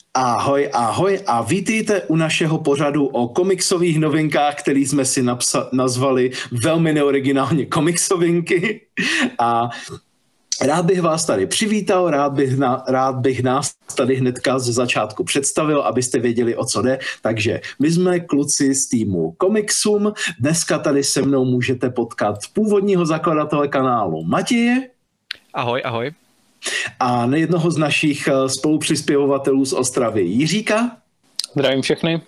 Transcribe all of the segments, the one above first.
Ahoj, ahoj a vítejte u našeho pořadu o komiksových novinkách, který jsme si nazvali velmi neoriginálně komiksovinky. A rád bych vás tady přivítal, rád bych nás tady hnedka ze začátku představil, abyste věděli, o co jde. Takže my jsme kluci z týmu Komiksum. Dneska tady se mnou můžete potkat původního zakladatele kanálu Matěje. Ahoj, ahoj. A jednoho z našich spolupřispěvovatelů z Ostravy, Jiříka. Zdravím všechny.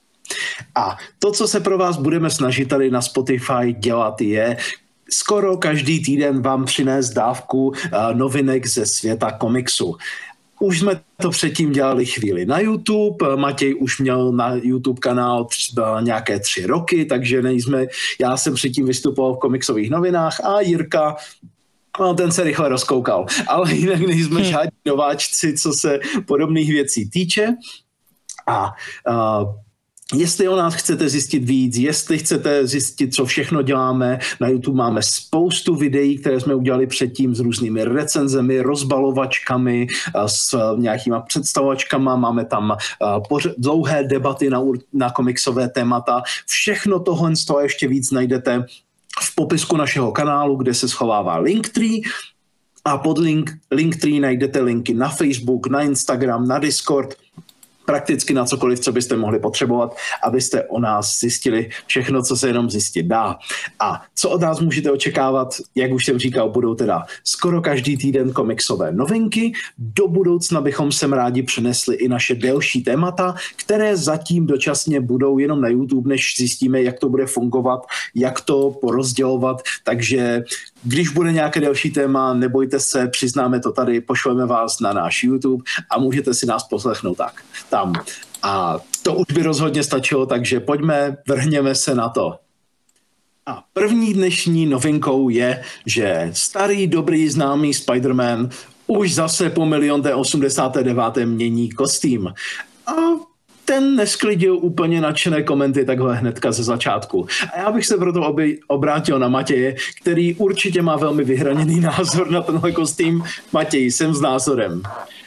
A to, co se pro vás budeme snažit tady na Spotify dělat, je skoro každý týden vám přinést dávku novinek ze světa komiksu. Už jsme to předtím dělali chvíli na YouTube, Matěj už měl na YouTube kanál nějaké 3 roky, takže já jsem předtím vystupoval v komiksových novinách a Jirka, no, ten se rychle rozkoukal, ale jinak nejsme žádní nováčci, co se podobných věcí týče. A jestli o nás chcete zjistit víc, jestli chcete zjistit, co všechno děláme, na YouTube máme spoustu videí, které jsme udělali předtím s různými recenzemi, rozbalovačkami, s nějakýma představovačkama, máme tam dlouhé debaty na komiksové témata. Všechno tohle z toho ještě víc najdete v popisku našeho kanálu, kde se schovává Linktree, a pod Linktree najdete linky na Facebook, na Instagram, na Discord, prakticky na cokoliv, co byste mohli potřebovat, abyste o nás zjistili všechno, co se jenom zjistit dá. A co od nás můžete očekávat, jak už jsem říkal, budou teda skoro každý týden komiksové novinky. Do budoucna bychom sem rádi přinesli i naše delší témata, které zatím dočasně budou jenom na YouTube, než zjistíme, jak to bude fungovat, jak to porozdělovat. Takže když bude nějaké další téma, nebojte se, přiznáme to tady, pošleme vás na náš YouTube a můžete si nás poslechnout tam. A to už by rozhodně stačilo, takže pojďme, vrhněme se na to. A první dnešní novinkou je, že starý, dobrý, známý Spider-Man už zase po 1.089. mění kostým. A ten nesklidil úplně nadšené komenty takhle hnedka ze začátku. A já bych se proto obrátil na Matěje, který určitě má velmi vyhraněný názor na tenhle kostým. Matěj, jsem s názorem.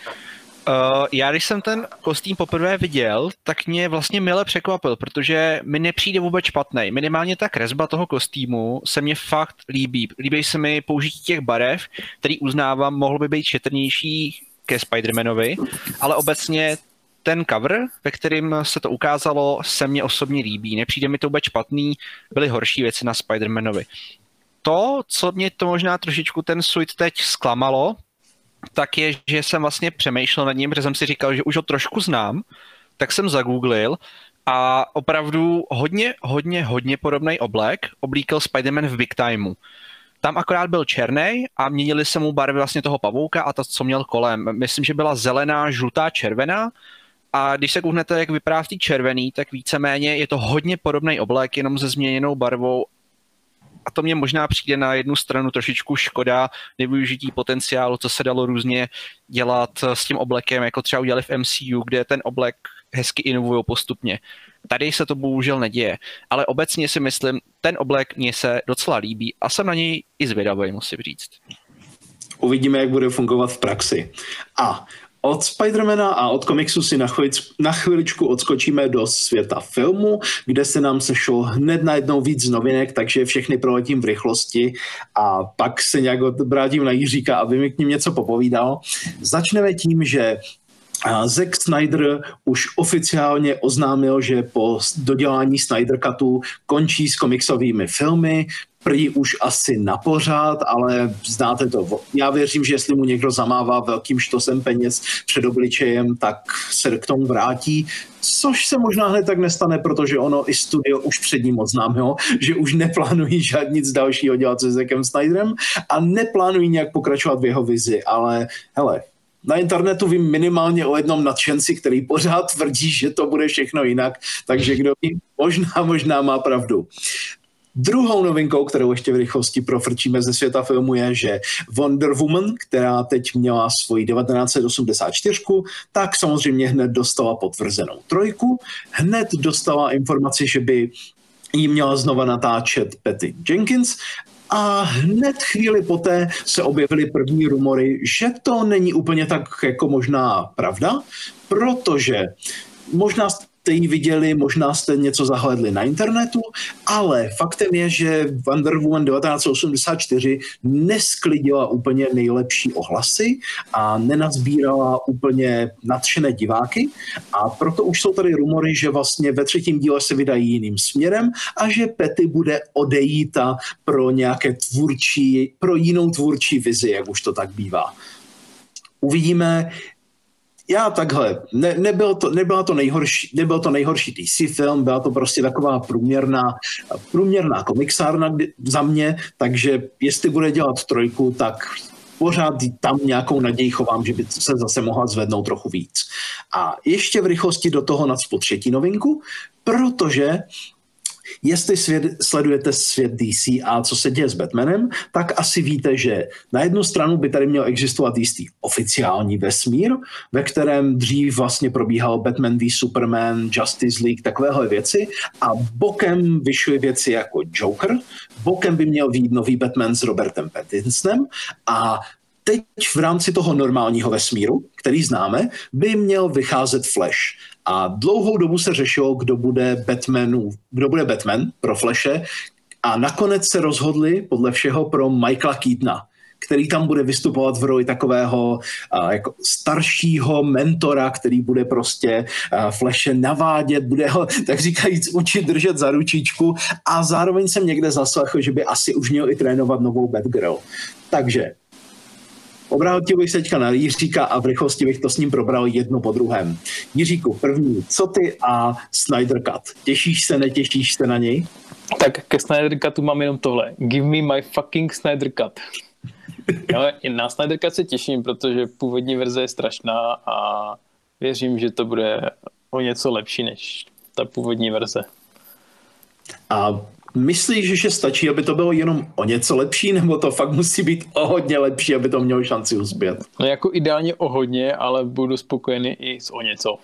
Já když jsem ten kostým poprvé viděl, tak mě vlastně mile překvapil, protože mi nepřijde vůbec špatný. Minimálně ta kresba toho kostýmu se mně fakt líbí. Líbí se mi použití těch barev, který uznávám, mohl by být šetrnější ke Spider-Manovi, ale obecně ten cover, ve kterém se to ukázalo, se mně osobně líbí. Nepřijde mi to vůbec špatný, byly horší věci na Spider-Manovi. To, co mě to možná trošičku ten suit teď zklamalo, tak je, že jsem vlastně přemýšlel nad ním, protože jsem si říkal, že už ho trošku znám, tak jsem zagooglil a opravdu hodně podobný oblek oblíkal Spider-Man v Big Timeu. Tam akorát byl černý a měnili se mu barvy vlastně toho pavouka a to, co měl kolem. Myslím, že byla zelená, žlutá, červená. A když se kouknete, jak vypadá v té červený, tak víceméně je to hodně podobný oblek, jenom se změněnou barvou. A to mě možná přijde na jednu stranu trošičku škoda nevyužití potenciálu, co se dalo různě dělat s tím oblekem, jako třeba udělali v MCU, kde ten oblek hezky inovují postupně. Tady se to bohužel neděje, ale obecně si myslím, ten oblek mně se docela líbí a jsem na něj i zvědavý, musím říct. Uvidíme, jak bude fungovat v praxi. A od Spidermana a od komiksu si na chviličku odskočíme do světa filmu, kde se nám sešlo hned najednou víc novinek, takže všechny proletím v rychlosti a pak se nějak obrátím na Jiříka, aby mi k ním něco popovídal. Začneme tím, že Zack Snyder už oficiálně oznámil, že po dodělání Snyder Cutu končí s komiksovými filmy, prý už asi na pořád, ale znáte to. Já věřím, že jestli mu někdo zamává velkým štosem peněz před obličejem, tak se k tomu vrátí, což se možná hned tak nestane, protože ono i studio už před ním oznámilo, že už neplánují žádný nic dalšího dělat se Zackem Snyderem a neplánují nějak pokračovat v jeho vizi, ale hele, na internetu vím minimálně o jednom nadšenci, který pořád tvrdí, že to bude všechno jinak, takže kdo ví, možná má pravdu. Druhou novinkou, kterou ještě v rychlosti profrčíme ze světa filmu, je, že Wonder Woman, která teď měla svoji 1984, tak samozřejmě hned dostala potvrzenou 3, hned dostala informaci, že by jí měla znova natáčet Patty Jenkins A hned chvíli poté se objevily první rumory, že to není úplně tak jako možná pravda, protože možná jste ji viděli, možná jste něco zahledli na internetu, ale faktem je, že Wonder Woman 1984 nesklidila úplně nejlepší ohlasy a nenazbírala úplně nadšené diváky a proto už jsou tady rumory, že vlastně ve třetím díle se vydají jiným směrem a že Patty bude odejita pro nějaké pro jinou tvůrčí vizi, jak už to tak bývá. Uvidíme. Já takhle, nebyl to nejhorší DC film, byla to prostě taková průměrná komiksárna za mě, takže jestli bude dělat trojku, tak pořád tam nějakou naději chovám, že by se zase mohla zvednout trochu víc. A ještě v rychlosti do toho nacpu třetí novinku, protože jestli sledujete svět DC a co se děje s Batmanem, tak asi víte, že na jednu stranu by tady měl existovat jistý oficiální vesmír, ve kterém dřív vlastně probíhal Batman v Superman, Justice League, takovéhle věci a bokem vyšly věci jako Joker, bokem by měl být nový Batman s Robertem Pattinsonem a teď v rámci toho normálního vesmíru, který známe, by měl vycházet Flash. A dlouhou dobu se řešilo, kdo bude Batman pro Flashe a nakonec se rozhodli podle všeho pro Michaela Keatona, který tam bude vystupovat v roli takového jako staršího mentora, který bude prostě Flashe navádět, bude ho, tak říkajíc, učit držet za ručičku a zároveň jsem někde zaslechl, že by asi už měl i trénovat novou Batgirl. Takže obrátil bych se teďka na Jiříka a v rychlosti bych to s ním probral jedno po druhém. Jiříku, první, co ty a Snyder Cut? Těšíš se, netěšíš se na něj? Tak ke Snyder Cutu mám jenom tohle. Give me my fucking Snyder Cut. Ale na Snyder Cut se těším, protože původní verze je strašná a věřím, že to bude o něco lepší než ta původní verze. A myslíš, že stačí, aby to bylo jenom o něco lepší, nebo to fakt musí být o hodně lepší, aby to mělo šanci uspět? No jako ideálně o hodně, ale budu spokojený i s o něco.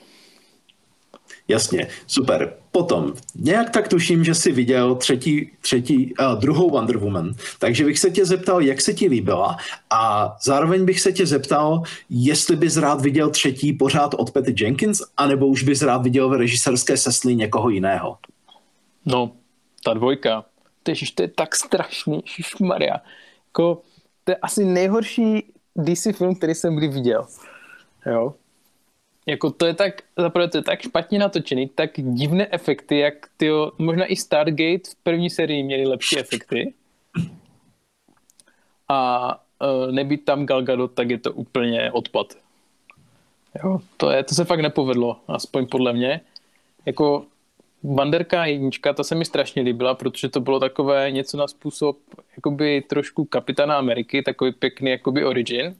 Jasně, super. Potom, nějak tak tuším, že jsi viděl druhou Wonder Woman, takže bych se tě zeptal, jak se ti líbila a zároveň bych se tě zeptal, jestli bys rád viděl třetí pořád od Patty Jenkins, anebo už bys rád viděl v režisérské sesli někoho jiného. No, ta dvojka, to je tak strašný, šišmarja. Jako, to je asi nejhorší DC film, který jsem kdy viděl. Jo. Jako to je tak, zaprvé to je tak špatně natočený, tak divné efekty, jak možná i Stargate v první sérii měli lepší efekty. A nebýt tam Gal Gadot, tak je to úplně odpad. Jo, to se fakt nepovedlo, aspoň podle mě. Jako Banderka jednička, ta se mi strašně líbila, protože to bylo takové něco na způsob jakoby trošku Kapitána Ameriky, takový pěkný jakoby origin.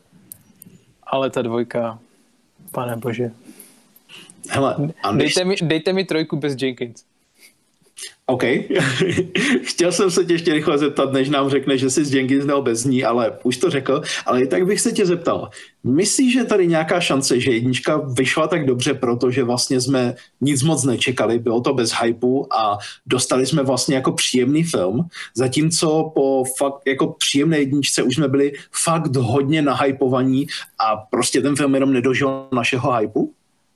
Ale ta dvojka, pane bože. Hele, dejte mi trojku bez Jenkins. OK. Chtěl jsem se tě ještě rychle zeptat, než nám řekne, že jsi z Jenkins nebo bez ní, ale už to řekl. Ale i tak bych se tě zeptal. Myslíš, že tady nějaká šance, že jednička vyšla tak dobře, protože vlastně jsme nic moc nečekali, bylo to bez hypeu a dostali jsme vlastně jako příjemný film, zatímco po fakt jako příjemné jedničce už jsme byli fakt hodně nahypovaní a prostě ten film jenom nedožil našeho hypeu?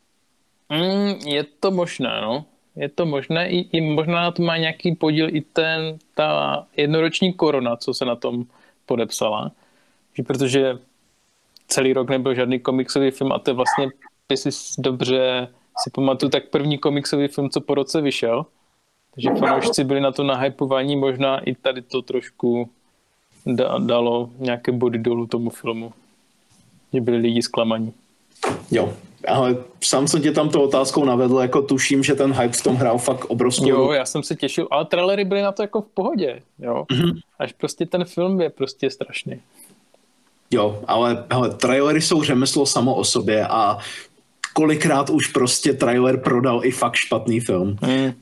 Je to možné, no. Je to možné, i možná na to má nějaký podíl i ta jednoroční korona, co se na tom podepsala. Protože celý rok nebyl žádný komiksový film a to je vlastně, jestli dobře si pamatuju, tak první komiksový film, co po roce vyšel. Takže fanoušci byli na to nahypování, možná i tady to trošku dalo nějaké body dolů tomu filmu. Že byli lidi zklamaní. Jo, ale sám jsem tě tam tou otázkou navedl, jako tuším, že ten hype v tom hrál fakt obrovskou. Jo, já jsem se těšil, ale trailery byly na to jako v pohodě, jo. Mm-hmm. Až prostě ten film je prostě strašný. Jo, ale trailery jsou řemeslo samo o sobě a kolikrát už prostě trailer prodal i fakt špatný film.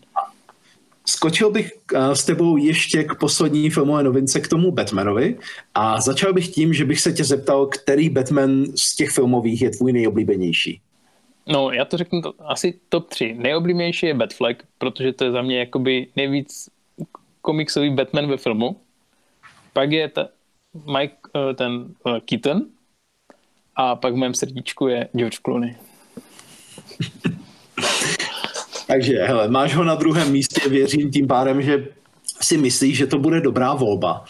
Skočil bych s tebou ještě k poslední filmové novince, k tomu Batmanovi a začal bych tím, že bych se tě zeptal, který Batman z těch filmových je tvůj nejoblíbenější? No, já to řeknu asi top 3. Nejoblíbenější je Batfleck, protože to je za mě jakoby nejvíc komiksový Batman ve filmu. pak je ten Keaton a pak v mém srdíčku je George Clooney. Takže, hele, máš ho na druhém místě, věřím tím pádem, že si myslíš, že to bude dobrá volba.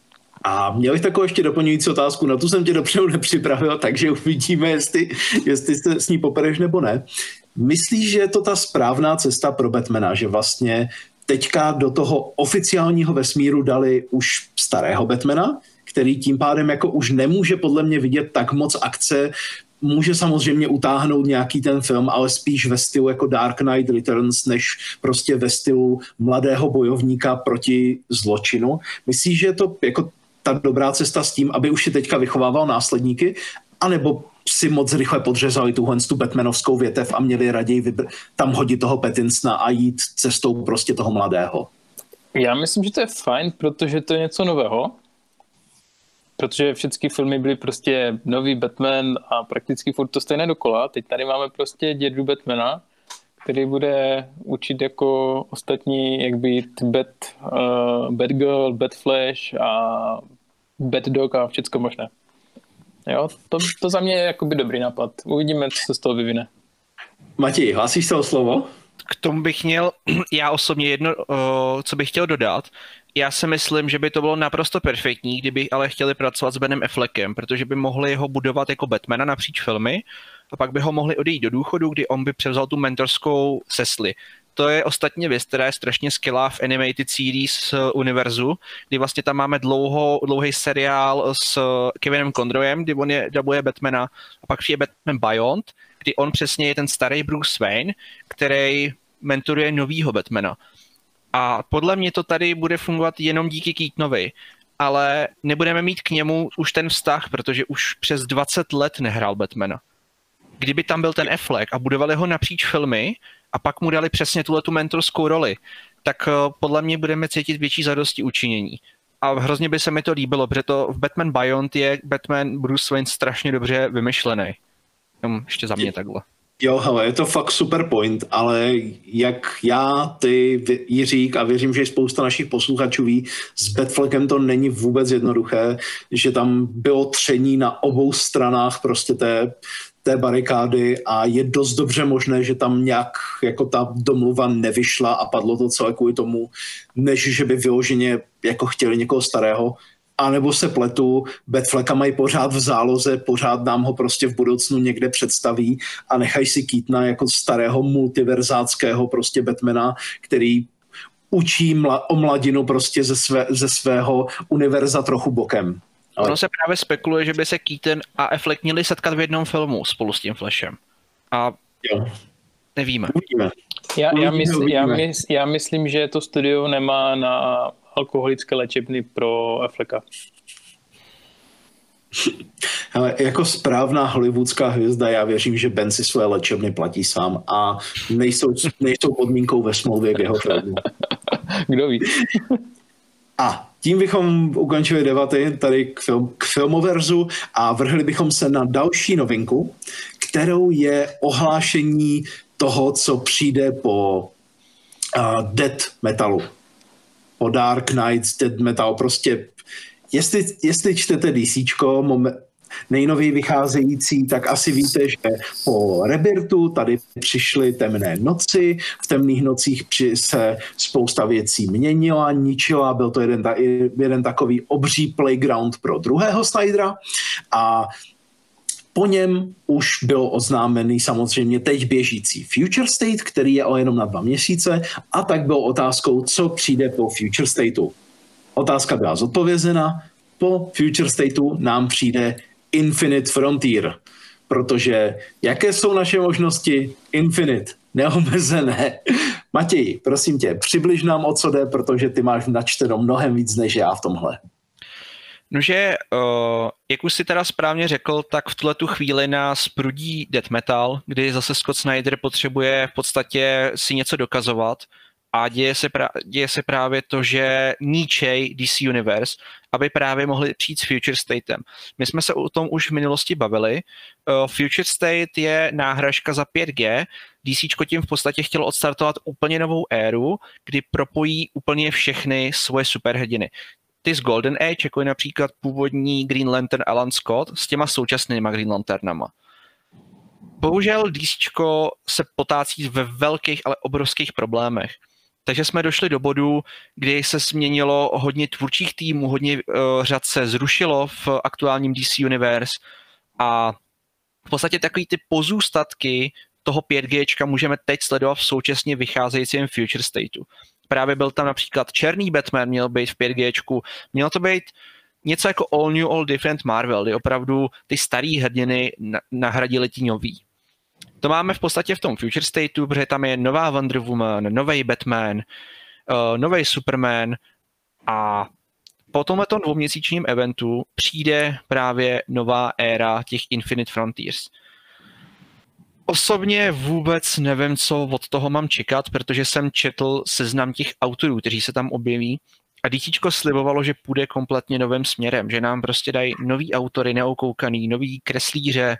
A měl bych takovou ještě doplňující otázku, na tu jsem tě dopředu nepřipravil, takže uvidíme, jestli se s ní popereš nebo ne. Myslíš, že je to ta správná cesta pro Batmana, že vlastně teďka do toho oficiálního vesmíru dali už starého Batmana, který tím pádem jako už nemůže podle mě vidět tak moc akce, může samozřejmě utáhnout nějaký ten film, ale spíš ve stylu jako Dark Knight Returns, než prostě ve stylu mladého bojovníka proti zločinu. Myslíš, že je to jako ta dobrá cesta s tím, aby už si teďka vychovával následníky, anebo si moc rychle podřezali tu Batmanovskou větev a měli raději tam hodit toho Pattinsona a jít cestou prostě toho mladého? Já myslím, že to je fajn, protože to je něco nového. Protože všechny filmy byly prostě nový Batman a prakticky furt to stejné dokola. Teď tady máme prostě dědu Batmana, který bude učit jako ostatní, jak být Batgirl, Batflash a Batdog a všecko možné. Jo, to za mě je jakoby dobrý nápad. Uvidíme, co se z toho vyvine. Matěj, hlásíš se o slovo? K tomu bych měl já osobně jedno, co bych chtěl dodat. Já si myslím, že by to bylo naprosto perfektní, kdyby ale chtěli pracovat s Benem Affleckem, protože by mohli ho budovat jako Batmana napříč filmy a pak by ho mohli odejít do důchodu, kdy on by převzal tu mentorskou sesli. To je ostatně věc, která je strašně skvělá v animated series univerzu, kdy vlastně tam máme dlouhý seriál s Kevinem Conroyem, kdy on dabuje Batmana a pak přijde Batman Beyond, kdy on přesně je ten starý Bruce Wayne, který mentoruje novýho Batmana. A podle mě to tady bude fungovat jenom díky Keatonovi, ale nebudeme mít k němu už ten vztah, protože už přes 20 let nehrál Batmana. Kdyby tam byl ten Affleck a budovali ho napříč filmy a pak mu dali přesně tuhletu mentorskou roli, tak podle mě budeme cítit větší zadosti učinění. A hrozně by se mi to líbilo, protože to v Batman Beyond je Batman Bruce Wayne strašně dobře vymyšlený. Ještě za mě takhle. Jo, hele, je to fakt super point, ale jak já, ty, Jiřík a věřím, že spousta našich posluchačů ví, s Batfleckem to není vůbec jednoduché, že tam bylo tření na obou stranách prostě té barikády a je dost dobře možné, že tam nějak jako ta domluva nevyšla a padlo to celé kvůli tomu, než že by vyloženě jako chtěli někoho starého. A nebo se pletu, Batflecka mají pořád v záloze, pořád nám ho prostě v budoucnu někde představí a nechají si Keatona jako starého multiverzáckého prostě Batmana, který učí o mladinu prostě ze svého univerza trochu bokem. Ale... Ono se právě spekuluje, že by se Keaton a Affleck měli setkat v jednom filmu spolu s tím Flashem. A jo. Nevíme. Uvidíme. Já myslím, že to studio nemá na alkoholické léčebny pro Afflecka. Hele, jako správná hollywoodská hvězda, já věřím, že Ben si své léčebny platí sám a nejsou podmínkou ve smlouvě k jeho filmu. Kdo ví? A tím bychom ukončili debaty tady k filmoverzu a vrhli bychom se na další novinku, kterou je ohlášení toho, co přijde po Death Metalu. O Dark Knights, Death Metal, prostě jestli čtete DCčko, nejnověji vycházející, tak asi víte, že po Rebirthu tady přišly temné noci, v temných nocích se spousta věcí měnila, ničila, byl to jeden takový obří playground pro druhého Snydera a po něm už byl oznámený samozřejmě teď běžící Future State, který je jenom na 2 měsíce a tak byl otázkou, co přijde po Future Stateu. Otázka byla zodpovězena, po Future Stateu nám přijde Infinite Frontier, protože jaké jsou naše možnosti? Infinite, neomezené. Matěj, prosím tě, přibliž nám, o co jde, protože ty máš načteno mnohem víc než já v tomhle. Nože, jak už si teda správně řekl, tak v tuhletu chvíli nás prudí death metal, kdy zase Scott Snyder potřebuje v podstatě si něco dokazovat a děje se právě to, že ničej DC Universe, aby právě mohli přijít s Future Statem. My jsme se o tom už v minulosti bavili. Future State je náhražka za 5G. DCčko tím v podstatě chtělo odstartovat úplně novou éru, kdy propojí úplně všechny svoje superhrdiny. ty z Golden Age, jako je například původní Green Lantern Alan Scott, s těma současnýma Green Lanternama. Bohužel DCčko se potácí ve velkých, ale obrovských problémech. Takže jsme došli do bodu, kdy se změnilo hodně tvůrčích týmů, hodně řad se zrušilo v aktuálním DC Universe a v podstatě takový ty pozůstatky toho 5Gčka můžeme teď sledovat v současně vycházejícím Future Stateu. Právě byl tam například černý Batman, měl být v 5Gčku, mělo to být něco jako All New, All Different Marvel, kdy opravdu ty starý hrdiny nahradili ti noví. To máme v podstatě v tom Future Stateu, protože tam je nová Wonder Woman, nový Batman, nový Superman a po tomhleto dvouměsíčním eventu přijde právě nová éra těch Infinite Frontiers. Osobně vůbec nevím, co od toho mám čekat, protože jsem četl seznam těch autorů, kteří se tam objeví a DCčko slibovalo, že půjde kompletně novým směrem, že nám prostě dají nový autory, neokoukaný, nový kreslíře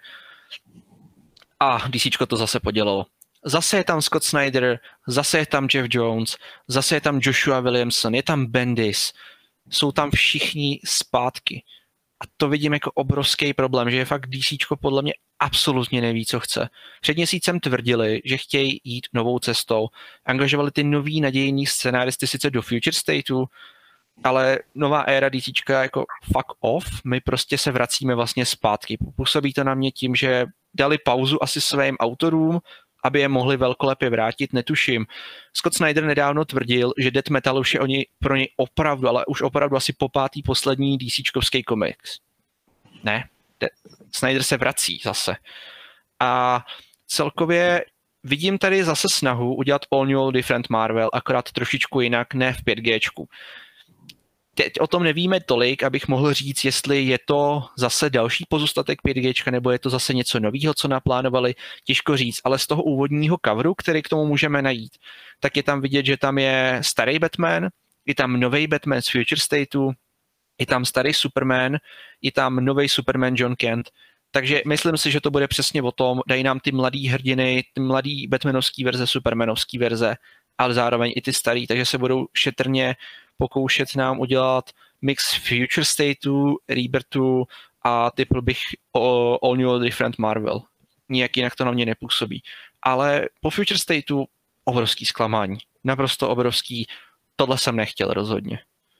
a DCčko to zase podělalo. Zase je tam Scott Snyder, zase je tam Jeff Jones, zase je tam Joshua Williamson, je tam Bendis, jsou tam všichni zpátky. A to vidím jako obrovský problém, že je fakt DCčko podle mě absolutně neví, co chce. Před měsícem tvrdili, že chtějí jít novou cestou, angažovali ty nový nadějný scenáristy sice do Future Stateu, ale nová éra DCčka jako fuck off, my prostě se vracíme vlastně zpátky. Působí to na mě tím, že dali pauzu asi svým autorům, aby je mohli velkolepě vrátit, netuším. Scott Snyder nedávno tvrdil, že Death Metal už je pro něj opravdu, ale už opravdu asi po pátý poslední DCčkovský komiks. Ne, Snyder se vrací zase. A celkově vidím tady zase snahu udělat All New, All Different Marvel, akorát trošičku jinak, ne v 5Gčku. Teď o tom nevíme tolik, abych mohl říct, jestli je to zase další pozůstatek 5Gčka, nebo je to zase něco nového, co naplánovali, těžko říct, ale z toho úvodního coveru, který k tomu můžeme najít, tak je tam vidět, že tam je starý Batman, je tam nový Batman z Future Stateu, je tam starý Superman, je tam nový Superman John Kent, takže myslím si, že to bude přesně o tom, dají nám ty mladý hrdiny, ty mladý Batmanovský verze, Supermanovský verze, ale zároveň i ty starý, takže se budou šetrně pokoušet nám udělat mix Future Stateu, Rebirthu a typl bych All New, All Different Marvel. Nijak jinak to na mě nepůsobí. Ale po Future Stateu obrovský zklamání. Naprosto obrovský. Tohle jsem nechtěl rozhodně.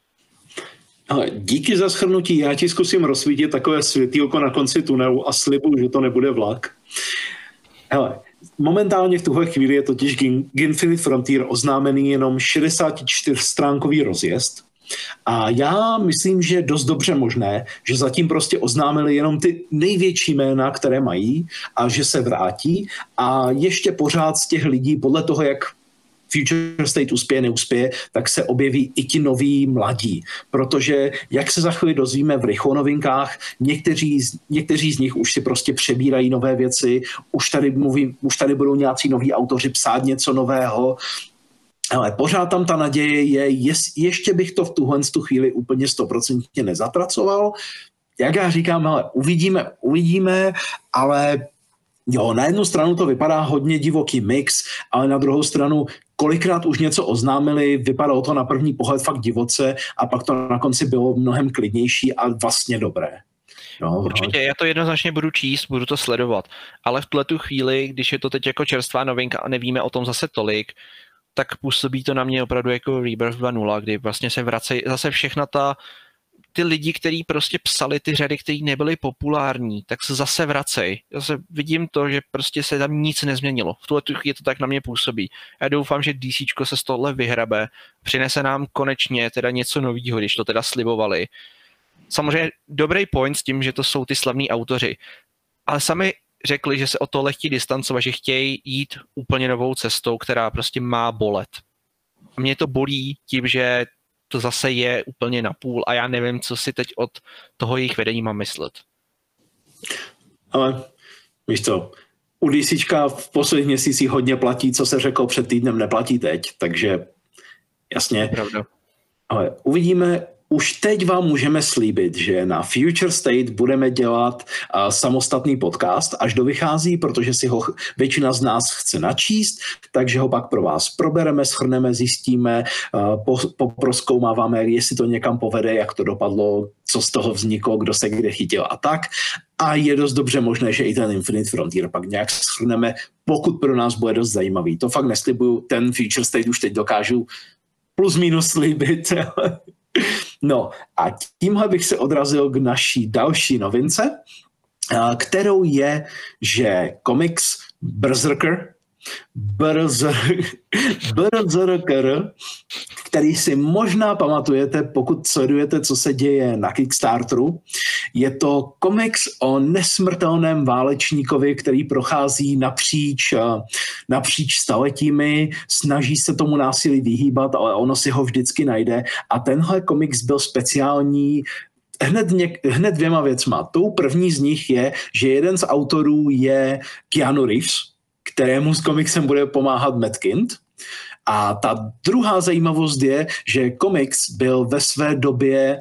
Díky za shrnutí. Já ti zkusím rozsvítit takové světýlko na konci tunelu a slibuju, že to nebude vlak. Hele, momentálně v tuhle chvíli je totiž Infinite Frontier oznámený jenom 64-stránkový rozjezd. A já myslím, že je dost dobře možné, že zatím prostě oznámili jenom ty největší jména, které mají a že se vrátí a ještě pořád z těch lidí podle toho, jak Future State uspěje, neuspěje, tak se objeví i ti noví mladí. Protože, jak se za chvíli dozvíme v rychlonovinkách, někteří z nich už si prostě přebírají nové věci, už tady budou nějací noví autoři psát něco nového, ale pořád tam ta naděje je, ještě bych to v tuhle chvíli úplně 100% nezatracoval. Jak já říkám, ale uvidíme, ale jo, na jednu stranu to vypadá hodně divoký mix, ale na druhou stranu kolikrát už něco oznámili, vypadalo to na první pohled fakt divoce a pak to na konci bylo mnohem klidnější a vlastně dobré. No, určitě, já to jednoznačně budu číst, budu to sledovat, ale v tu chvíli, když je to teď jako čerstvá novinka a nevíme o tom zase tolik, tak působí to na mě opravdu jako Rebirth 2.0, kdy vlastně se vracejí zase všechna ty lidi, kteří prostě psali ty řady, které nebyly populární, tak se zase vracejí. Zase vidím to, že prostě se tam nic nezměnilo. V tuhle chvíli to tak na mě působí. Já doufám, že DCčko se z tohle vyhrabe, přinese nám konečně teda něco nového, když to teda slibovali. Samozřejmě dobrý point s tím, že to jsou ty slavní autoři, ale sami řekli, že se o tohle chtějí distancovat, že chtějí jít úplně novou cestou, která prostě má bolet. A mě to bolí tím, že to zase je úplně na půl a já nevím, co si teď od toho jejich vedení mám myslet. Ale víš co, u DCčka v posledních měsících hodně platí, co se řekl před týdnem, neplatí teď, takže jasně. Pravda. Ale už teď vám můžeme slíbit, že na Future State budeme dělat samostatný podcast, až do vychází, protože si ho většina z nás chce načíst, takže ho pak pro vás probereme, shrneme, zjistíme, prozkoumáváme, jestli to někam povede, jak to dopadlo, co z toho vzniklo, kdo se kde chytil a tak. A je dost dobře možné, že i ten Infinite Frontier pak nějak shrneme, pokud pro nás bude dost zajímavý. To fakt neslibuju, ten Future State už teď dokážu plus minus slíbit. No a tímhle bych se odrazil k naší další novince, kterou je, že komiks Berserker, který si možná pamatujete, pokud sledujete, co se děje na Kickstarteru. Je to komiks o nesmrtelném válečníkovi, který prochází napříč staletími, snaží se tomu násilí vyhýbat, ale ono si ho vždycky najde. A tenhle komiks byl speciální hned dvěma věcma. Tou první z nich je, že jeden z autorů je Keanu Reeves, kterému s komiksem bude pomáhat Matt Kindt. A ta druhá zajímavost je, že komiks byl ve své době,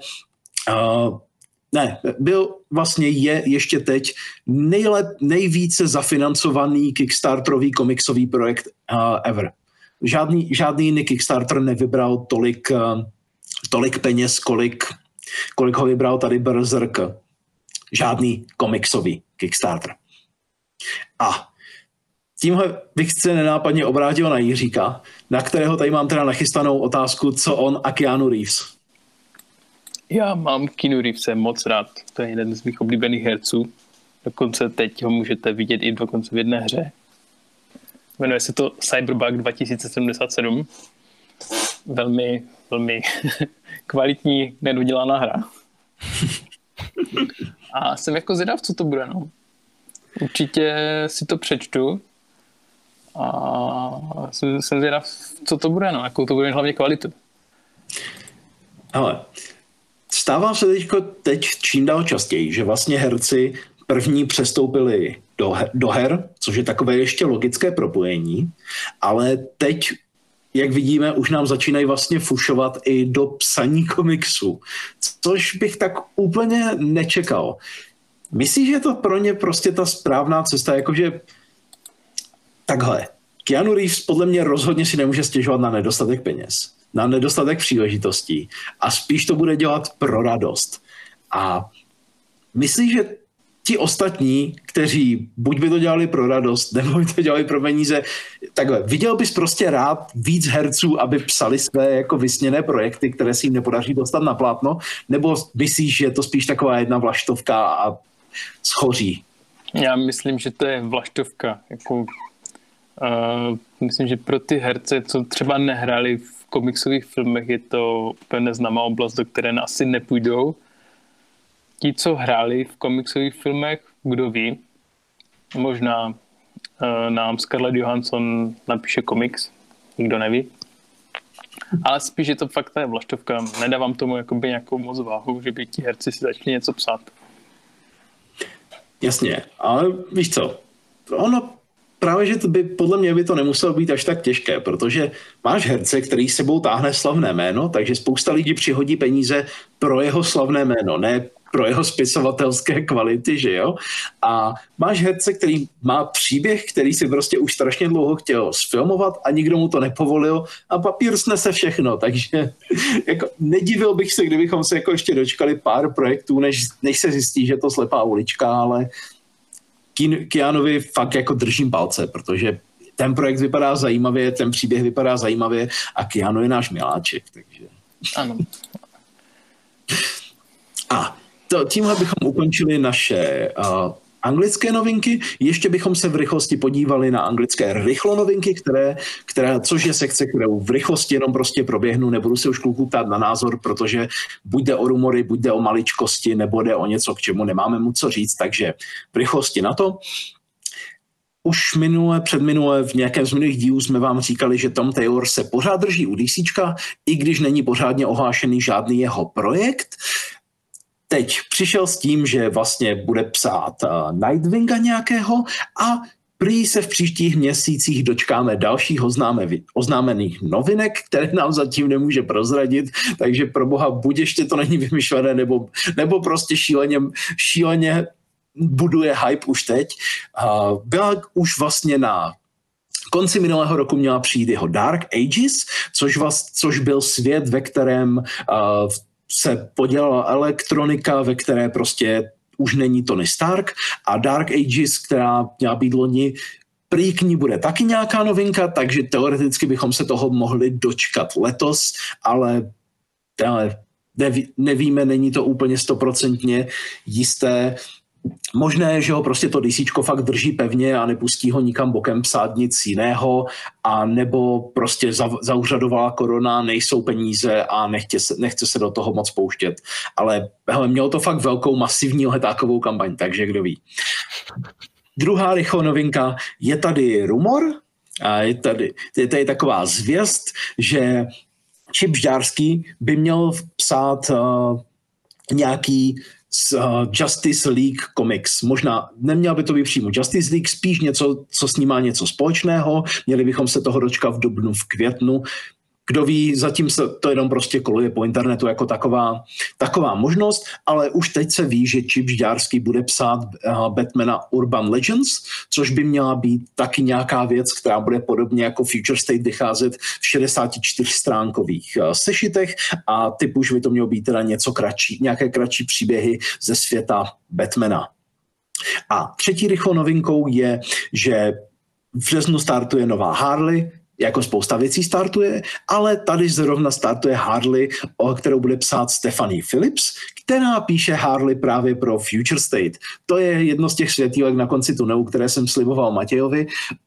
je ještě teď nejvíce zafinancovaný kickstarterový komiksový projekt ever. Žádný jiný Kickstarter nevybral tolik peněz, kolik ho vybral tady Berserk. Žádný komiksový Kickstarter. A tímhle bych se nenápadně obrátil na Jiříka, na kterého tady mám teda nachystanou otázku, co on a Keanu Reeves. Já mám Keanu Reevese moc rád. To je jeden z mých oblíbených herců. Dokonce teď ho můžete vidět i dokonce v jedné hře. Jmenuje se to Cyberpunk 2077. Velmi, velmi kvalitní, nedodělaná hra. A jsem jako zvědav, co to bude. No. Určitě si to přečtu. A jsem zvědav, co to bude, no, jakou to bude hlavně kvalitu. Ale stává se teď čím dál častěji, že vlastně herci první přestoupili do her, což je takové ještě logické propojení, ale teď, jak vidíme, už nám začínají vlastně fušovat i do psaní komiksu, což bych tak úplně nečekal. Myslíš, že je to pro ně prostě ta správná cesta, jakože takhle, Keanu Reeves podle mě rozhodně si nemůže stěžovat na nedostatek peněz, na nedostatek příležitostí a spíš to bude dělat pro radost. A myslíš, že ti ostatní, kteří buď by to dělali pro radost, nebo by to dělali pro peníze, takhle, viděl bys prostě rád víc herců, aby psali své jako vysněné projekty, které si jim nepodaří dostat na plátno, nebo myslíš, že je to spíš taková jedna vlaštovka a schoří? Já myslím, že to je vlaštovka, jako myslím, že pro ty herce, co třeba nehráli v komiksových filmech, je to úplně neznámá oblast, do které asi nepůjdou. Ti, co hráli v komiksových filmech, kdo ví, možná nám Scarlett Johansson napíše komiks, nikdo neví. Ale spíš je to fakt ta vlaštovka. Nedávám tomu jakoby nějakou moc váhu, že by ti herci si začali něco psát. Jasně, ale víš co, ono právě, že podle mě by to nemuselo být až tak těžké, protože máš herce, který s sebou táhne slavné jméno, takže spousta lidí přihodí peníze pro jeho slavné jméno, ne pro jeho spisovatelské kvality, že jo? A máš herce, který má příběh, který si prostě už strašně dlouho chtěl sfilmovat a nikdo mu to nepovolil a papír snese všechno, takže jako nedivil bych se, kdybychom se jako ještě dočkali pár projektů, než se zjistí, že to slepá ulička, ale Keanovi fakt jako držím palce, protože ten projekt vypadá zajímavě, ten příběh vypadá zajímavě a Keanu je náš miláček, takže... Ano. A tímhle bychom ukončili naše anglické novinky. Ještě bychom se v rychlosti podívali na anglické rychlonovinky, což je sekce, kterou v rychlosti jenom prostě proběhnu. Nebudu se už kluků ptát na názor, protože buď jde o rumory, buď jde o maličkosti, nebo jde o něco, k čemu nemáme mu co říct, takže v rychlosti na to. Už předminule v nějakém z minulých dílů jsme vám říkali, že Tom Taylor se pořád drží u DCčka, i když není pořádně ohlášený žádný jeho projekt. Teď přišel s tím, že vlastně bude psát Nightwinga nějakého a Prý se v příštích měsících dočkáme dalších oznámených novinek, které nám zatím nemůže prozradit, takže pro boha buď ještě to není vymyšlené, nebo prostě šíleně buduje hype už teď. Byla už vlastně na konci minulého roku měla přijít jeho Dark Ages, což byl svět, ve kterém se podělala elektronika, ve které prostě už není Tony Stark, a Dark Ages, která měla být loni, prý k ní bude taky nějaká novinka, takže teoreticky bychom se toho mohli dočkat letos, ale nevíme, není to úplně 100% jisté. Možné je, že ho prostě to DCčko fakt drží pevně a nepustí ho nikam bokem psát nic jiného, a nebo prostě zauřadovala korona, nejsou peníze a nechce se do toho moc pouštět. Ale hele, mělo to fakt velkou masivní letákovou kampaň, takže kdo ví. Druhá rychlá novinka, je tady rumor, a je tady taková zvěst, že Chip Zdarsky by měl psát nějaký Justice League Comics. Možná neměl by to být přímo Justice League, spíš něco, co s ním má něco společného. Měli bychom se toho dočkat v dubnu, v květnu. Kdo ví, zatím se to jenom prostě koluje po internetu jako taková možnost, ale už teď se ví, že Chip Zdarsky bude psát Batmana Urban Legends, což by měla být taky nějaká věc, která bude podobně jako Future State vycházet v 64stránkových sešitech, a typ už by to mělo být teda nějaké kratší příběhy ze světa Batmana. A třetí rychlou novinkou je, že v březnu startuje nová Harley, jako spousta věcí startuje, ale tady zrovna startuje Harley, o kterou bude psát Stephanie Phillips, která píše Harley právě pro Future State. To je jedno z těch světýlek na konci tunelu, které jsem sliboval Matějovi.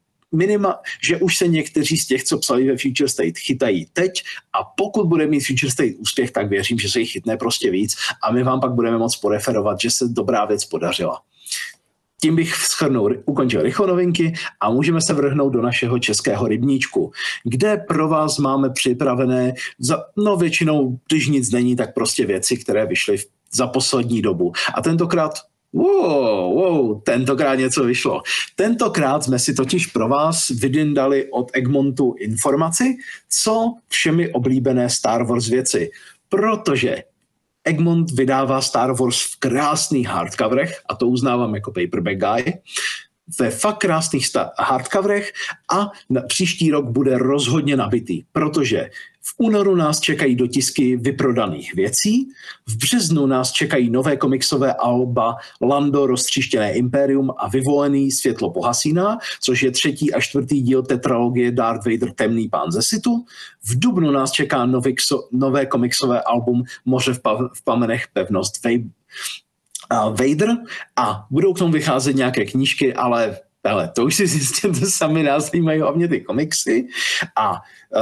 Že už se někteří z těch, co psali ve Future State, chytají teď, a pokud bude mít Future State úspěch, tak věřím, že se jich chytne prostě víc a my vám pak budeme moct poreferovat, že se dobrá věc podařila. Tím bych ukončil rychlé novinky a můžeme se vrhnout do našeho českého rybníčku, kde pro vás máme připravené, většinou, když nic není, tak prostě věci, které vyšly za poslední dobu. A tentokrát tentokrát něco vyšlo. Tentokrát jsme si totiž pro vás vydindali od Egmontu informaci, co všemi oblíbené Star Wars věci. Protože Egmont vydává Star Wars v krásných hardcoverech, a to uznávám jako paperback guy, ve fakt krásných hardcoverech, a na příští rok bude rozhodně nabitý, protože v únoru nás čekají dotisky vyprodaných věcí, v březnu nás čekají nové komiksové alba Lando roztříštěné impérium a Vyvolený světlo pohasíná, což je 3. a 4. díl tetralogie Darth Vader temný pán ze Sithu. V dubnu nás čeká nové komiksové album Moře v plamenech pevnost Vader, a budou k tomu vycházet nějaké knížky, ale to už si zjistěte sami, nás zajímají hlavně ty komiksy. A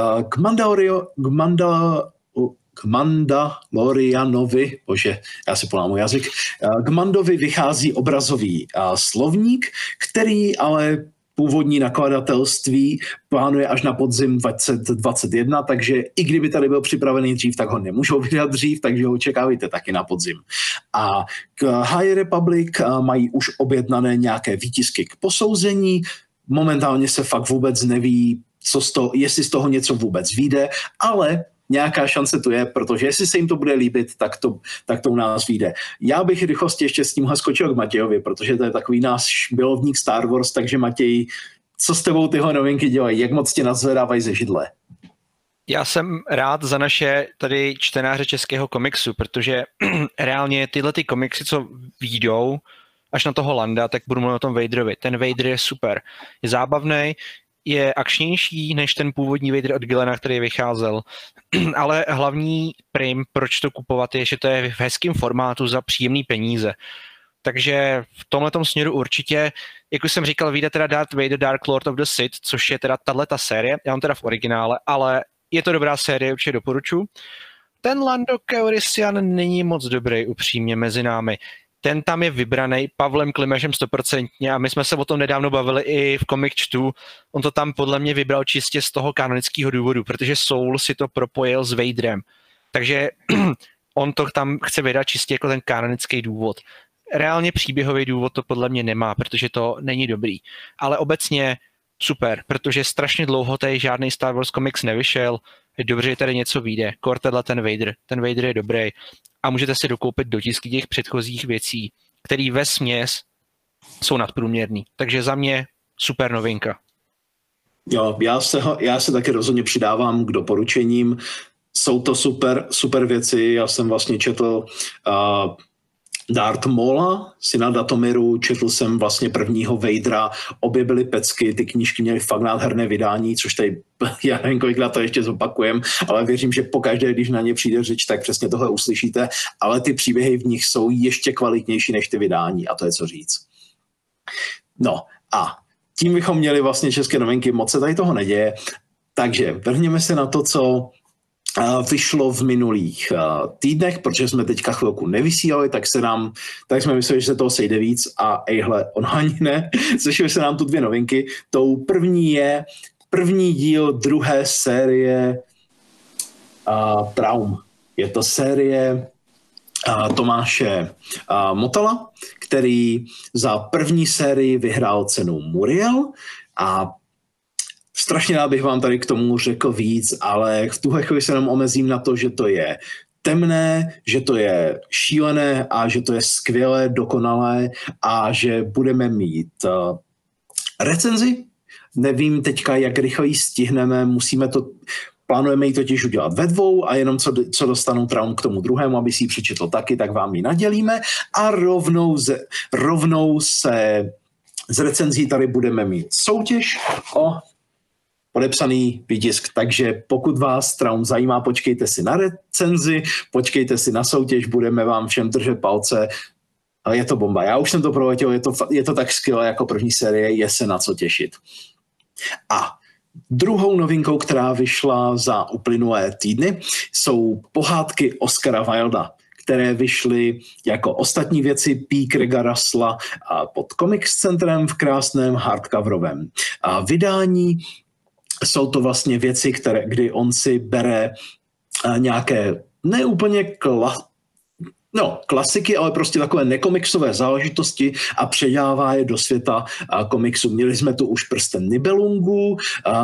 k Mandalorianovi, bože, já si polámu jazyk, k Mandovi vychází obrazový slovník, který ale původní nakladatelství plánuje až na podzim 2021, takže i kdyby tady byl připravený dřív, tak ho nemůžou vydat dřív, takže ho očekávejte taky na podzim. A k High Republic mají už objednané nějaké výtisky k posouzení. Momentálně se fakt vůbec neví, jestli z toho něco vůbec vyjde, ale nějaká šance tu je, protože jestli se jim to bude líbit, tak to u nás vyjde. Já bych rychlosti ještě s tímhle skočil k Matějovi, protože to je takový náš milovník Star Wars, takže Matěj, co s tebou tyhle novinky dělají? Jak moc tě nadzvedávají ze židle? Já jsem rád za naše tady čtenáře českého komiksu, protože reálně tyhle ty komiksy, co vyjdou až na toho Landa, tak budu mluvit o tom Vaderovi. Ten Vader je super. Je zábavný, je akčnější než ten původní Vader od Gillena, který vycházel. Ale hlavní prim, proč to kupovat, je, že to je v hezkém formátu za příjemný peníze. Takže v tomhletom směru určitě, jak už jsem říkal, vyjde teda Darth Vader Dark Lord of the Sith, což je teda tato série, já mám teda v originále, ale je to dobrá série, určitě doporučuji. Ten Lando Calrissian není moc dobrý, upřímně, mezi námi. Ten tam je vybraný Pavlem Klimešem 100% a my jsme se o tom nedávno bavili i v Comic Čtu. On to tam podle mě vybral čistě z toho kanonického důvodu, protože Soul si to propojil s Vaderem. Takže on to tam chce vydat čistě jako ten kanonický důvod. reálně příběhový důvod to podle mě nemá, protože to není dobrý. Ale obecně super, protože strašně dlouho tady žádný Star Wars komiks nevyšel, je dobře, že tady něco vyjde. Kortedla ten Vader je dobrý a můžete si dokoupit dotisky těch předchozích věcí, které vesměs jsou nadprůměrný. Takže za mě super novinka. Jo, já se taky rozhodně přidávám k doporučením. Jsou to super věci. Já jsem vlastně četl Darth Maula, syna Datomiru, četl jsem vlastně prvního Vadera, obě byly pecky, ty knížky měly fakt nádherné vydání, což tady, já nevím, kolikrát to ještě zopakujem, ale věřím, že pokaždé, když na ně přijde řeč, tak přesně tohle uslyšíte, ale ty příběhy v nich jsou ještě kvalitnější než ty vydání a to je co říct. No a tím bychom měli vlastně české novinky, moc se tady toho neděje, takže vrhněme se na to, co vyšlo v minulých týdnech, protože jsme teďka chvilku nevysílali, tak jsme mysleli, že se toho sejde víc a ejhle, on ani ne. Sešly se nám tu 2 novinky. Tou první je první díl druhé série Traum. Je to série Tomáše Motala, který za první sérii vyhrál cenu Muriel a strašně rád bych vám tady k tomu řekl víc, ale v tuhle chvíli se jenom omezím na to, že to je temné, že to je šílené a že to je skvělé, dokonalé a že budeme mít recenzi. Nevím teďka, jak rychle ji stihneme, plánujeme ji totiž udělat ve 2 a jenom co dostanou Traum k tomu druhému, aby si ji přečetl taky, tak vám ji nadělíme a rovnou se z recenzí tady budeme mít soutěž o podepsaný výtisk, takže pokud vás Traum zajímá, počkejte si na recenzi, počkejte si na soutěž, budeme vám všem držet palce. Ale je to bomba. Já už jsem to proletěl, je to tak skvělé jako první série, je se na co těšit. A druhou novinkou, která vyšla za uplynulé týdny, jsou pohádky Oscara Wilda, které vyšly jako ostatní věci P. Craiga Russella pod Comics Centrem v krásném hardcoverovém vydání. Jsou to vlastně věci, kdy on si bere nějaké neúplně klasiky, ale prostě takové nekomiksové záležitosti a předává je do světa komiksu. Měli jsme tu už Prsten Nibelungu,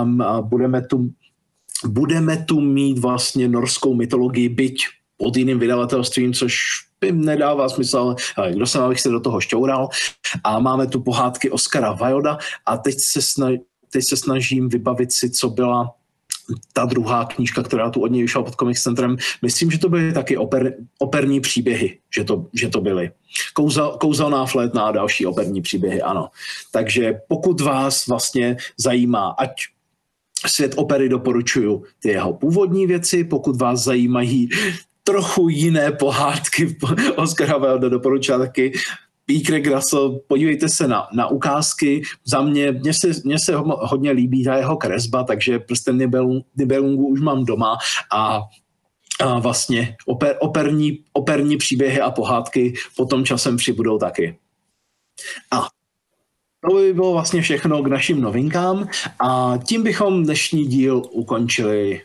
budeme tu mít vlastně norskou mytologii, byť pod jiným vydavatelstvím, což by nedává smysl, ale kdo jsem, abych se do toho šťoural. A máme tu pohádky Oscara Wilda a teď se snažím vybavit si, co byla ta druhá knížka, která tu od něj vyšla pod Comics Centrem. Myslím, že to byly taky operní příběhy, že to byly. Kouzelná flétna a další operní příběhy, ano. Takže pokud vás vlastně zajímá, ať svět opery, doporučuju ty jeho původní věci, pokud vás zajímají trochu jiné pohádky Oscara Wilda, doporučuji taky P. Craig Russell, podívejte se na ukázky. Za mně se hodně líbí ta jeho kresba, takže Prsten Nibelungu už mám doma a vlastně operní příběhy a pohádky potom časem přibudou taky. A to by bylo vlastně všechno k našim novinkám a tím bychom dnešní díl ukončili.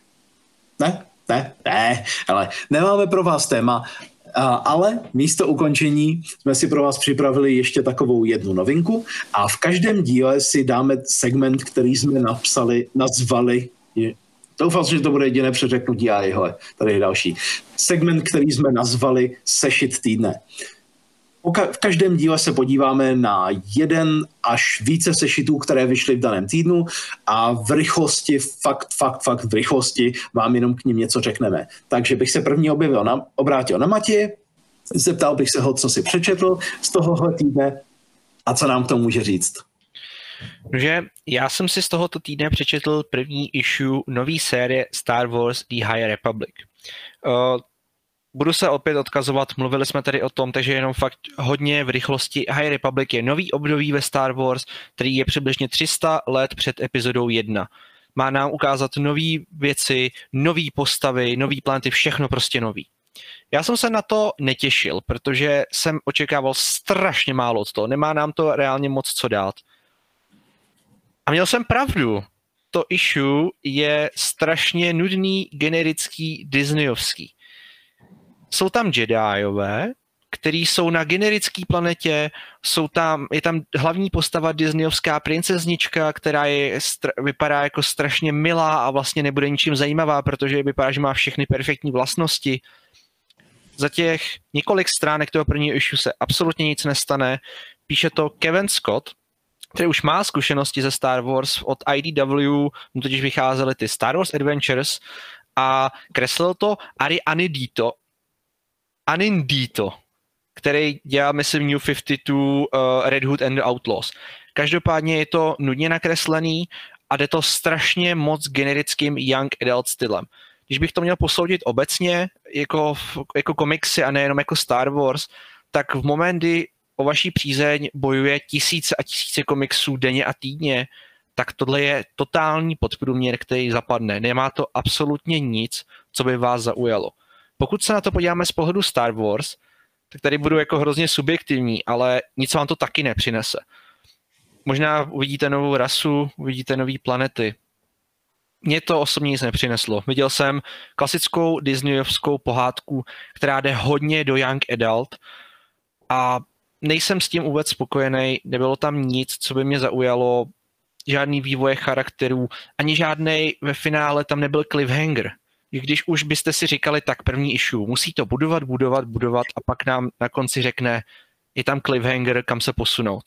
Ne, ale nemáme pro vás téma, ale místo ukončení jsme si pro vás připravili ještě takovou jednu novinku a v každém díle si dáme segment, který jsme nazvali, doufám, že to bude jediné přeřeknutí a jehle, tady je další. Segment, který jsme nazvali Sešit týdne. V každém díle se podíváme na jeden až více sešitů, které vyšly v daném týdnu a v rychlosti, fakt v rychlosti vám jenom k nim něco řekneme. Takže bych se první obrátil na Matěje, zeptal bych se ho, co si přečetl z tohohle týdne a co nám k tomu může říct. Takže já jsem si z tohoto týdne přečetl první issue nový série Star Wars The High Republic. Budu se opět odkazovat, mluvili jsme tady o tom, takže jenom fakt hodně v rychlosti. High Republic je nový období ve Star Wars, který je přibližně 300 let před epizodou 1. Má nám ukázat nové věci, nové postavy, nový planety, všechno prostě nový. Já jsem se na to netěšil, protože jsem očekával strašně málo od toho. Nemá nám to reálně moc co dát. A měl jsem pravdu. To issue je strašně nudný, generický, disneyovský. Jsou tam Jediové, který jsou na generické planetě, je tam hlavní postava disneyovská princeznička, která vypadá jako strašně milá a vlastně nebude ničím zajímavá, protože vypadá, že má všechny perfektní vlastnosti. Za těch několik stránek toho prvního issue se absolutně nic nestane. Píše to Kevin Scott, který už má zkušenosti ze Star Wars od IDW, mu totiž vycházely ty Star Wars Adventures a kreslil to Ari Anindito, který dělá, myslím, New 52, Red Hood and the Outlaws. Každopádně je to nudně nakreslený a jde to strašně moc generickým young adult stylem. Když bych to měl posoudit obecně, jako komiksy a nejenom jako Star Wars, tak v moment, kdy o vaší přízeň bojuje tisíce a tisíce komiksů denně a týdně, tak tohle je totální podprůměr, který zapadne. Nemá to absolutně nic, co by vás zaujalo. Pokud se na to podíváme z pohledu Star Wars, tak tady budu jako hrozně subjektivní, ale nic vám to taky nepřinese. Možná uvidíte novou rasu, uvidíte nové planety. Mně to osobně nic nepřineslo. Viděl jsem klasickou disneyovskou pohádku, která jde hodně do young adult a nejsem s tím vůbec spokojený. Nebylo tam nic, co by mě zaujalo, žádný vývoj charakterů, ani žádnej ve finále tam nebyl cliffhanger. Když už byste si říkali, tak první issue, musí to budovat a pak nám na konci řekne, je tam cliffhanger, kam se posunout.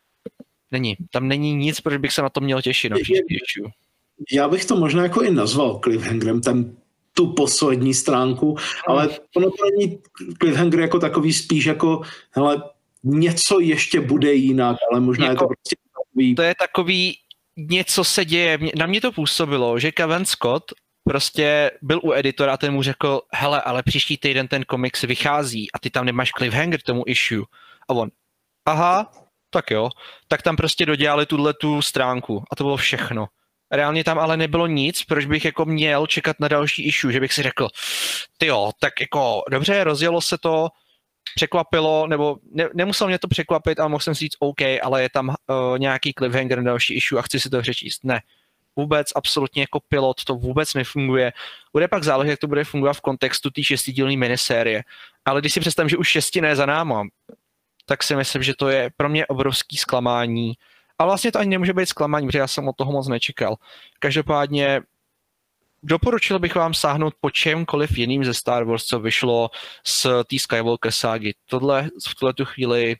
Tam není nic, proč bych se na to měl těšit na příští issue. Já bych to možná jako i nazval cliffhangerem, tu poslední stránku, ale ono to není cliffhanger jako takový, spíš jako, hele, něco ještě bude jinak, ale možná jako, je to prostě takový... To je takový, něco se děje. Na mě to působilo, že Kevin Scott prostě byl u editora a ten mu řekl, hele, ale příští týden ten komiks vychází a ty tam nemáš cliffhanger tomu issue. A on, aha, tak jo. Tak tam prostě dodělali tu stránku a to bylo všechno. Reálně tam ale nebylo nic, proč bych jako měl čekat na další issue, že bych si řekl, tyjo, tak jako dobře, rozjelo se to, překvapilo, nebo nemusel mě to překvapit, ale mohl jsem si říct OK, ale je tam nějaký cliffhanger na další issue a chci si to přečíst. Ne. Vůbec, absolutně jako pilot, to vůbec nefunguje. Bude pak záležet, jak to bude fungovat v kontextu té 6dílné minisérie. Ale když si představím, že už 6 ne za náma, tak si myslím, že to je pro mě obrovský zklamání. A vlastně to ani nemůže být zklamání, protože já jsem od toho moc nečekal. Každopádně doporučil bych vám sáhnout po čemkoliv jiným ze Star Wars, co vyšlo z té Skywalker ságy. Tohle v tuhletu chvíli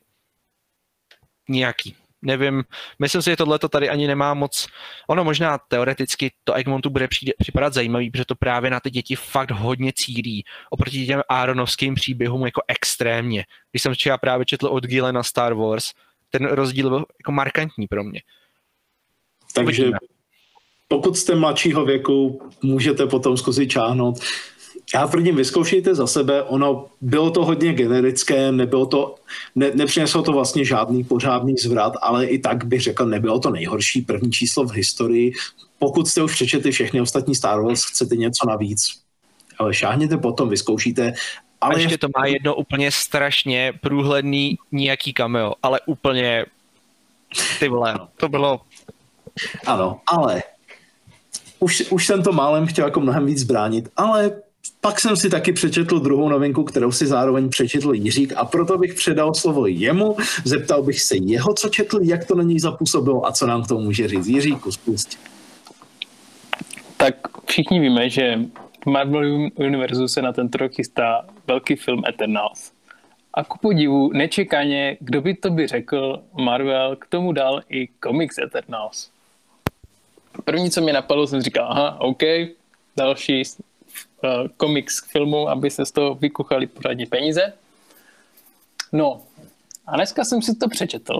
nějaký. Nevím, myslím si, že tohleto tady ani nemá moc, ono možná teoreticky to Egmontu bude připadat zajímavý, protože to právě na ty děti fakt hodně cílí. Oproti těm Aaronovským příběhům jako extrémně. Když jsem třeba právě četl od Gile na Star Wars, ten rozdíl byl jako markantní pro mě. Takže pokud jste mladšího věku, můžete potom zkusit čáhnout. Já tvrdím, vyzkoušejte za sebe, bylo to hodně generické, nepřineslo to vlastně žádný pořádný zvrat, ale i tak bych řekl, nebylo to nejhorší první číslo v historii. Pokud jste už přečetli všechny ostatní Star Wars, chcete něco navíc, ale šáhněte potom, vyzkoušíte. Ale a ještě to má jedno úplně strašně průhledný nějaký cameo, ale úplně ty vole, to bylo... Ano, ale už jsem to málem chtěl jako mnohem víc bránit, ale pak jsem si taky přečetl druhou novinku, kterou si zároveň přečetl Jiřík a proto bych předal slovo jemu, zeptal bych se jeho, co četl, jak to na něj zapůsobilo a co nám k tomu může říct. Jiříku, spust. Tak všichni víme, že v Marvel univerzu se na tento rok chystá velký film Eternals. A ku podivu, nečekaně, kdo by to by řekl, Marvel k tomu dal i komiks Eternals. První, co mě napadlo, jsem říkal, aha, OK, další komiks k filmu, aby se z toho vykuchali pořádně peníze. No, a dneska jsem si to přečetl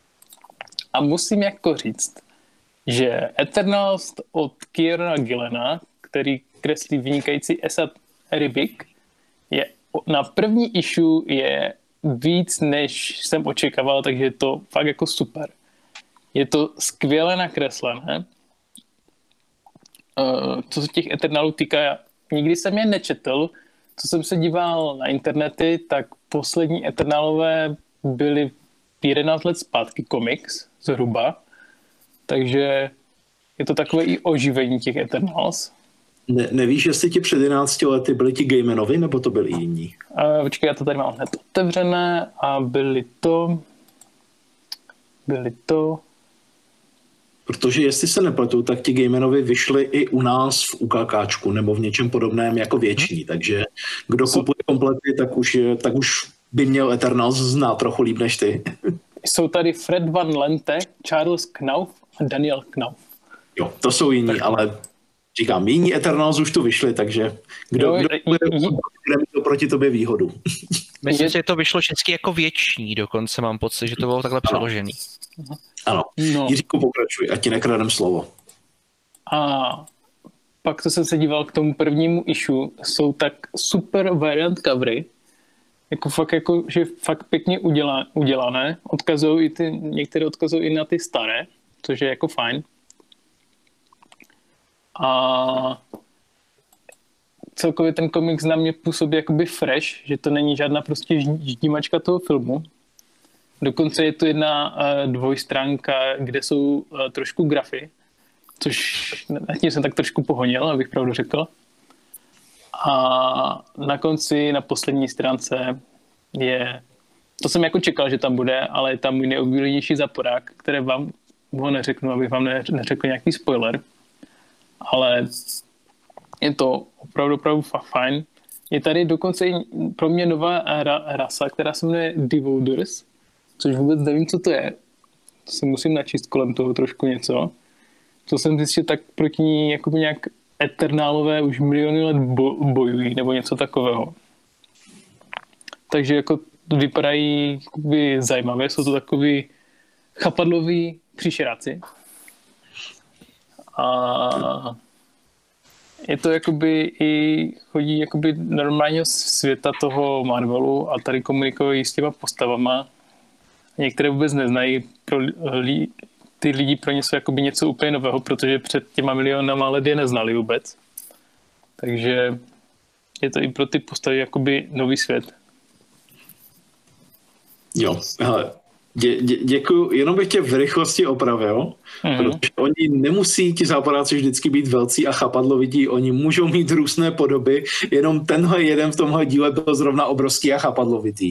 a musím jako říct, že Eternals od Kierona Gillena, který kreslí vynikající Esad Ribic, je na první issue je víc, než jsem očekával, takže je to fakt jako super. Je to skvěle nakreslené. Co se těch Eternalů týká, nikdy jsem je nečetl. Co jsem se díval na internety, tak poslední Eternalové byly 11 let zpátky komiks, zhruba. Takže je to takové i oživení těch Eternals. Nevíš, jestli ti před 11 lety byli ti Gameenovi, nebo to byli jiní? Počkej, já to tady mám hned otevřené a byli to... Protože jestli se nepletu, tak ti Gameenovi vyšli i u nás v UKKčku nebo v něčem podobném jako věční, takže kdo kupuje komplety, tak už by měl Eternals znát trochu líp než ty. Jsou tady Fred Van Lente, Charles Knauf a Daniel Knauf. Jo, to jsou jiní, tak, ale říkám, jiní Eternals už tu vyšli, takže kdo bude proti tobě výhodu. Myslím, že to vyšlo všechny jako věční, dokonce mám pocit, že to bylo takhle přeložený. Ano, Jiříku, pokračuj, ať ti nekradem slovo. A pak, co jsem se díval k tomu prvnímu issue, jsou tak super variant covery, že fakt pěkně udělané, některé odkazují i na ty staré, což je jako fajn. A celkově ten komiks na mě působí jakoby fresh, že to není žádná prostě ždímačka toho filmu. Dokonce je to jedna dvojstránka, kde jsou trošku grafy, což nad tím jsem tak trošku pohonil, abych pravdu řekl. A na konci, na poslední stránce to jsem jako čekal, že tam bude, ale je tam můj nejoblíbenější záporák, které vám ho neřeknu, abych vám neřekl nějaký spoiler. Ale je to opravdu fajn. Je tady dokonce i pro mě nová rasa, která se jmenuje Devouders, což vůbec nevím, co to je. To si musím načíst kolem toho trošku něco. Co jsem zjistil, tak proti ní jakoby nějak Eternálové už miliony let bojují, nebo něco takového. Takže jako vypadají jakoby zajímavé, jsou to takový chapadloví příšeráci. A je to jakoby i chodí jakoby normálního světa toho Marvelu a tady komunikují s těma postavama. Některé vůbec neznají, ty lidi pro ně jsou jakoby něco úplně nového, protože před těma milionama let je neznali vůbec. Takže je to i pro ty postavy jakoby nový svět. Jo, hele, děkuju, jenom bych tě v rychlosti opravil, protože oni nemusí ti záporáci vždycky být velcí a chapadlovití, oni můžou mít různé podoby, jenom tenhle jeden v tomhle díle byl zrovna obrovský a chapadlovitý.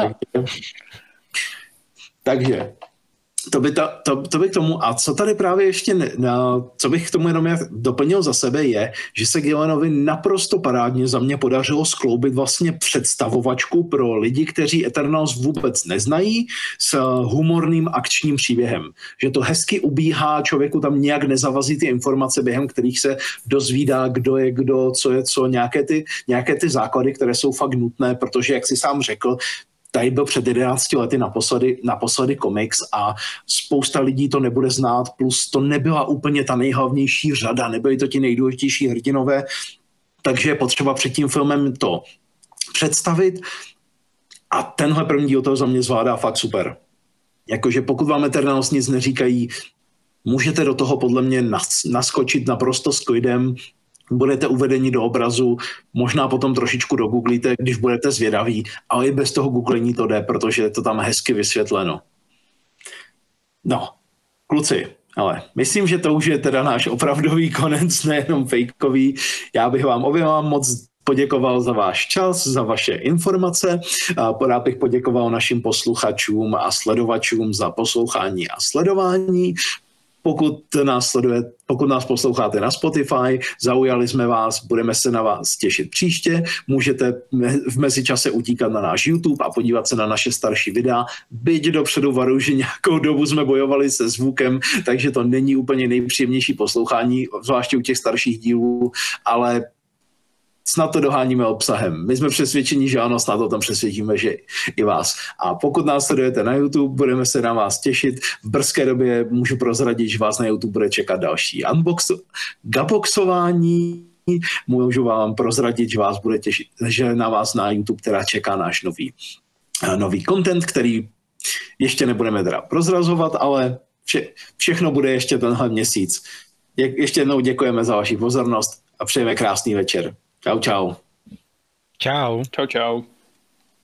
Takže to by k tomu, a co tady právě ještě, co bych k tomu jenom doplnil za sebe je, že se Gillenovi naprosto parádně za mě podařilo skloubit vlastně představovačku pro lidi, kteří Eternals vůbec neznají, s humorným akčním příběhem. Že to hezky ubíhá, člověku tam nějak nezavazí ty informace, během kterých se dozvídá, kdo je kdo, co je co, nějaké ty základy, které jsou fakt nutné, protože, jak si sám řekl, tady byl před 11 lety naposledy komiks a spousta lidí to nebude znát, plus to nebyla úplně ta nejhlavnější řada, nebyly to ti nejdůležitější hrdinové, takže je potřeba před tím filmem to představit a tenhle první díl toho za mě zvládá fakt super. Jakože pokud vám Eternals nic neříkají, můžete do toho podle mě naskočit naprosto s klidem, budete uvedeni do obrazu, možná potom trošičku dogooglíte, když budete zvědaví, ale i bez toho googlení to jde, protože je to tam hezky vysvětleno. No, kluci, ale myslím, že to už je teda náš opravdový konec, nejenom fejkový. Já bych vám oběma moc poděkoval za váš čas, za vaše informace. Rád bych poděkoval našim posluchačům a sledovačům za poslouchání a sledování. Pokud nás posloucháte na Spotify, zaujali jsme vás, budeme se na vás těšit příště. Můžete v mezičase utíkat na náš YouTube a podívat se na naše starší videa. Byť dopředu varuji, že nějakou dobu jsme bojovali se zvukem, takže to není úplně nejpříjemnější poslouchání, zvláště u těch starších dílů, ale snad to doháníme obsahem. My jsme přesvědčeni, že ano, snad o tom přesvědčíme, že i vás. A pokud nás sledujete na YouTube, budeme se na vás těšit. V brzké době můžu prozradit, že vás na YouTube bude čekat další gaboxování. Můžu vám prozradit, že vás bude těšit, že na vás na YouTube teda čeká náš nový content, který ještě nebudeme teda prozrazovat, ale všechno bude ještě tenhle měsíc. Ještě jednou děkujeme za vaši pozornost a přejeme krásný večer. Čau, čau. Čau. Čau, čau.